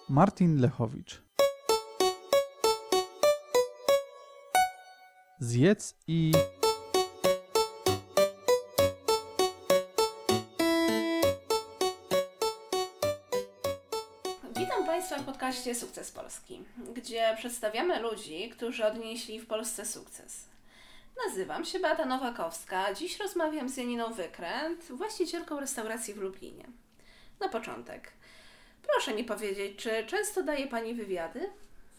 Martin Lechowicz. Zjedz i... Witam Państwa w podcaście Sukces Polski, gdzie przedstawiamy ludzi, którzy odnieśli w Polsce sukces. Nazywam się Beata Nowakowska, dziś rozmawiam z Janiną Wykręt, właścicielką restauracji w Lublinie. Na początek, proszę mi powiedzieć, czy często daje Pani wywiady?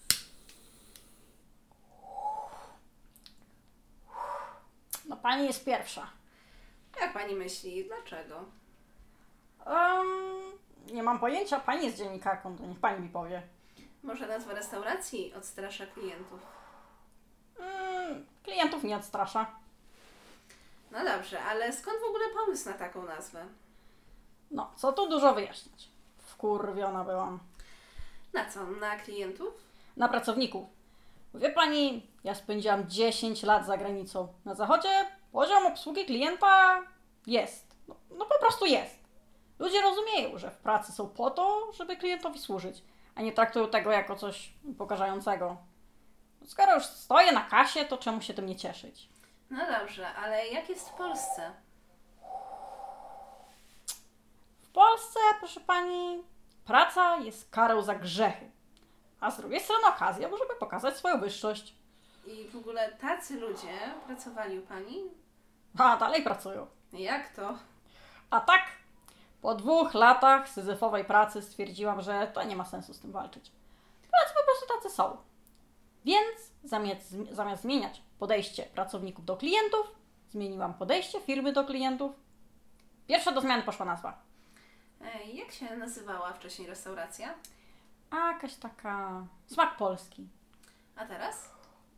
No Pani jest pierwsza. Jak Pani myśli, dlaczego? Nie mam pojęcia, Pani jest dziennikarką, to niech Pani mi powie. Może nazwa restauracji odstrasza klientów? Klientów nie odstrasza. No dobrze, ale skąd w ogóle pomysł na taką nazwę? No, co tu dużo wyjaśniać. Wkurwiona byłam. Na co? Na klientów? Na pracowników. Wie Pani, ja spędziłam 10 lat za granicą. Na zachodzie poziom obsługi klienta jest. No po prostu jest. Ludzie rozumieją, że w pracy są po to, żeby klientowi służyć, a nie traktują tego jako coś upokarzającego. Skoro już stoję na kasie, to czemu się tym nie cieszyć? No dobrze, ale jak jest w Polsce? W Polsce, proszę Pani, praca jest karą za grzechy, a z drugiej strony okazja, żeby pokazać swoją wyższość. I w ogóle tacy ludzie pracowali u Pani? A dalej pracują. Jak to? A tak, po 2 latach syzyfowej pracy stwierdziłam, że to nie ma sensu z tym walczyć. Polacy po prostu tacy są. Więc zamiast zmieniać podejście pracowników do klientów, zmieniłam podejście firmy do klientów. Pierwsza do zmiany poszła nazwa. Jak się nazywała wcześniej restauracja? A jakaś taka... Smak polski. A teraz?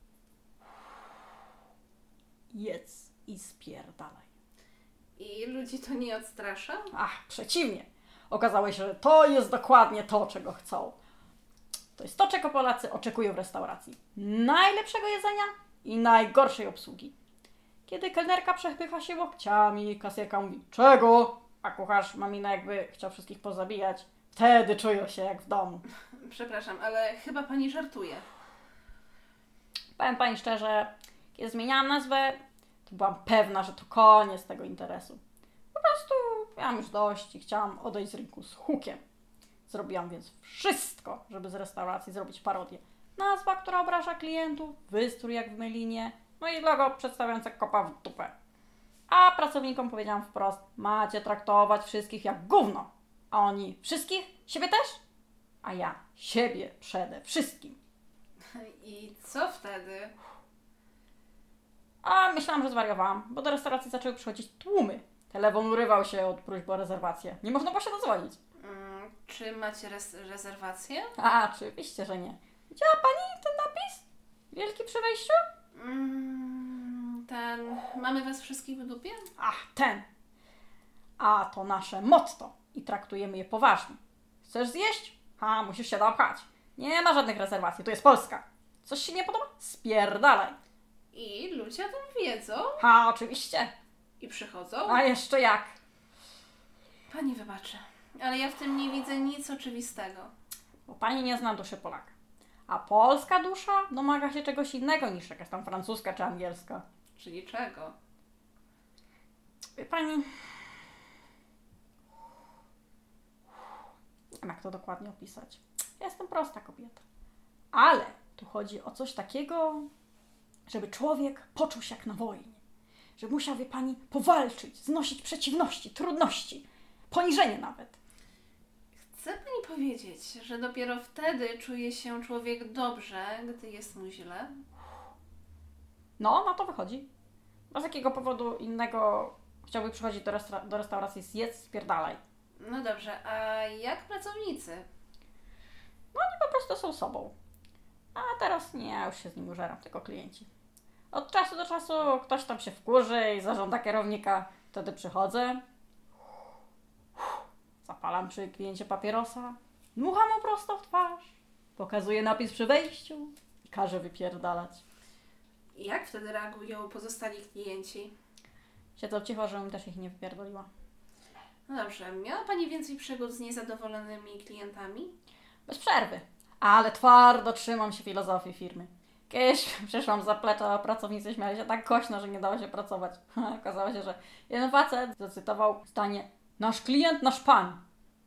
Jedz i spierdalaj. I ludzi to nie odstrasza? Ach, przeciwnie. Okazało się, że to jest dokładnie to, czego chcą. To jest to, czego Polacy oczekują w restauracji. Najlepszego jedzenia i najgorszej obsługi. Kiedy kelnerka przepycha się łokciami, kasjerka mówi czego? A kucharz ma minę, jakby chciał wszystkich pozabijać. Wtedy czują się jak w domu. Przepraszam, ale chyba Pani żartuje. Powiem Pani szczerze, kiedy zmieniałam nazwę, to byłam pewna, że to koniec tego interesu. Po prostu miałam już dość i chciałam odejść z rynku z hukiem. Zrobiłam więc wszystko, żeby z restauracji zrobić parodię. Nazwa, która obraża klientów, wystrój jak w Melinie, no i logo przedstawiające kopa w dupę. A pracownikom powiedziałam wprost, macie traktować wszystkich jak gówno. A oni, wszystkich? Siebie też? A ja, siebie przede wszystkim. I co wtedy? A myślałam, że zwariowałam, bo do restauracji zaczęły przychodzić tłumy. Telefon urywał się od próśb o rezerwację. Nie można było się dodzwonić. Czy macie rezerwację? A, oczywiście, że nie. Widziała Pani ten napis? Wielki przy wejściu? Ten... Mamy Was wszystkich w dupie? Ach, ten. A to nasze motto i traktujemy je poważnie. Chcesz zjeść? A, musisz się dopchać. Nie ma żadnych rezerwacji, to jest Polska. Coś się nie podoba? Spierdalaj. I ludzie o tym wiedzą? A, oczywiście. I przychodzą? A jeszcze jak. Pani wybaczy, ale ja w tym nie widzę nic oczywistego. Bo Pani nie zna duszy Polaka. A polska dusza domaga się czegoś innego niż jakaś tam francuska czy angielska. Czyli czego? Wie Pani... Nie wiem, jak to dokładnie opisać. Ja jestem prosta kobieta. Ale tu chodzi o coś takiego, żeby człowiek poczuł się jak na wojnie. Żeby musiał, wie Pani, powalczyć, znosić przeciwności, trudności, poniżenie nawet. Chce Pani powiedzieć, że dopiero wtedy czuje się człowiek dobrze, gdy jest mu źle? No, na to wychodzi. Bez jakiego powodu innego chciałby przychodzić do restauracji zjedz, spierdalaj. No dobrze, a jak pracownicy? No oni po prostu są sobą. A teraz nie, ja już się z nimi użeram, tylko klienci. Od czasu do czasu ktoś tam się wkurzy i zażąda kierownika. Wtedy przychodzę, zapalam przy kliencie papierosa, dmucham mu prosto w twarz, pokazuję napis przy wejściu i każę wypierdalać. I jak wtedy reagują pozostali klienci? Siedzą cicho, żebym też ich nie wypierdoliła. No dobrze, miała Pani więcej przygód z niezadowolonymi klientami? Bez przerwy. Ale twardo trzymam się filozofii firmy. Kiedyś przyszłam z zaplecza, a pracownicy śmiali się tak głośno, że nie dało się pracować. Okazało się, że jeden facet zacytował zdanie: nasz klient, nasz pan.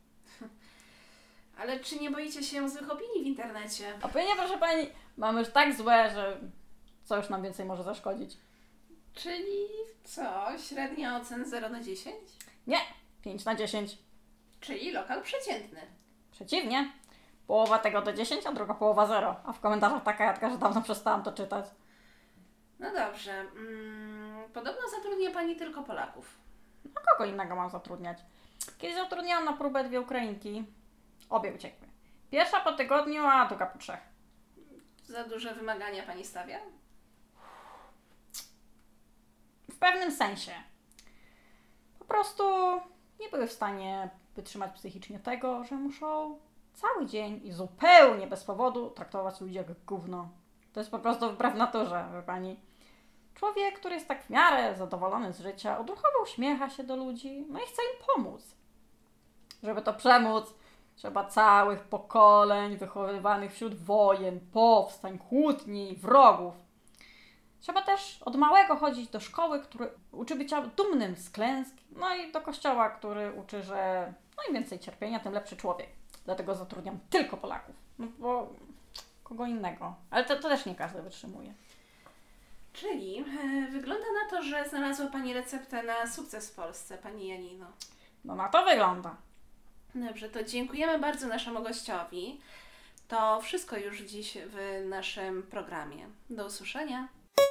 Ale czy nie boicie się złych opinii w internecie? Opinie, proszę pani, mamy już tak złe, że co już nam więcej może zaszkodzić? Czyli co? Średnia ocen 0 na 10? Nie, 5 na 10. Czyli lokal przeciętny. Przeciwnie. Połowa tego to 10, a druga połowa 0. A w komentarzach taka jadka, że dawno przestałam to czytać. No dobrze. Podobno zatrudnia Pani tylko Polaków. A kogo innego mam zatrudniać? Kiedyś zatrudniałam na próbę 2 Ukrainki. Obie uciekły. Pierwsza po tygodniu, a druga po 3. Za duże wymagania Pani stawia? W pewnym sensie. Po prostu nie były w stanie wytrzymać psychicznie tego, że muszą cały dzień i zupełnie bez powodu traktować ludzi jak gówno. To jest po prostu wbrew naturze, wie pani. Człowiek, który jest tak w miarę zadowolony z życia, odruchowo uśmiecha się do ludzi, no i chce im pomóc. Żeby to przemóc, trzeba całych pokoleń wychowywanych wśród wojen, powstań, kłótni, wrogów. Trzeba też od małego chodzić do szkoły, który uczy bycia dumnym z klęsk, no i do kościoła, który uczy, że no im więcej cierpienia, tym lepszy człowiek. Dlatego zatrudniam tylko Polaków, no bo kogo innego. Ale to też nie każdy wytrzymuje. Czyli wygląda na to, że znalazła Pani receptę na sukces w Polsce, Pani Janino. No na to wygląda. Dobrze, to dziękujemy bardzo naszemu gościowi. To wszystko już dziś w naszym programie. Do usłyszenia.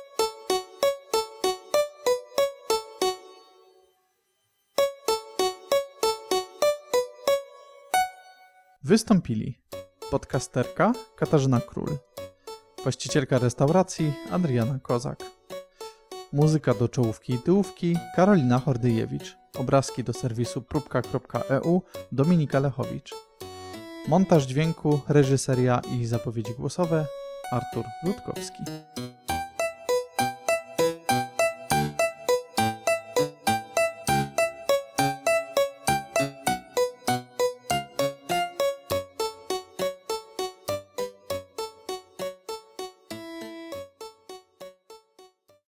Wystąpili podcasterka Katarzyna Król, właścicielka restauracji Adriana Kozak, muzyka do czołówki i tyłówki Karolina Hordyjewicz, obrazki do serwisu próbka.eu Dominika Lechowicz, montaż dźwięku, reżyseria i zapowiedzi głosowe Artur Rutkowski.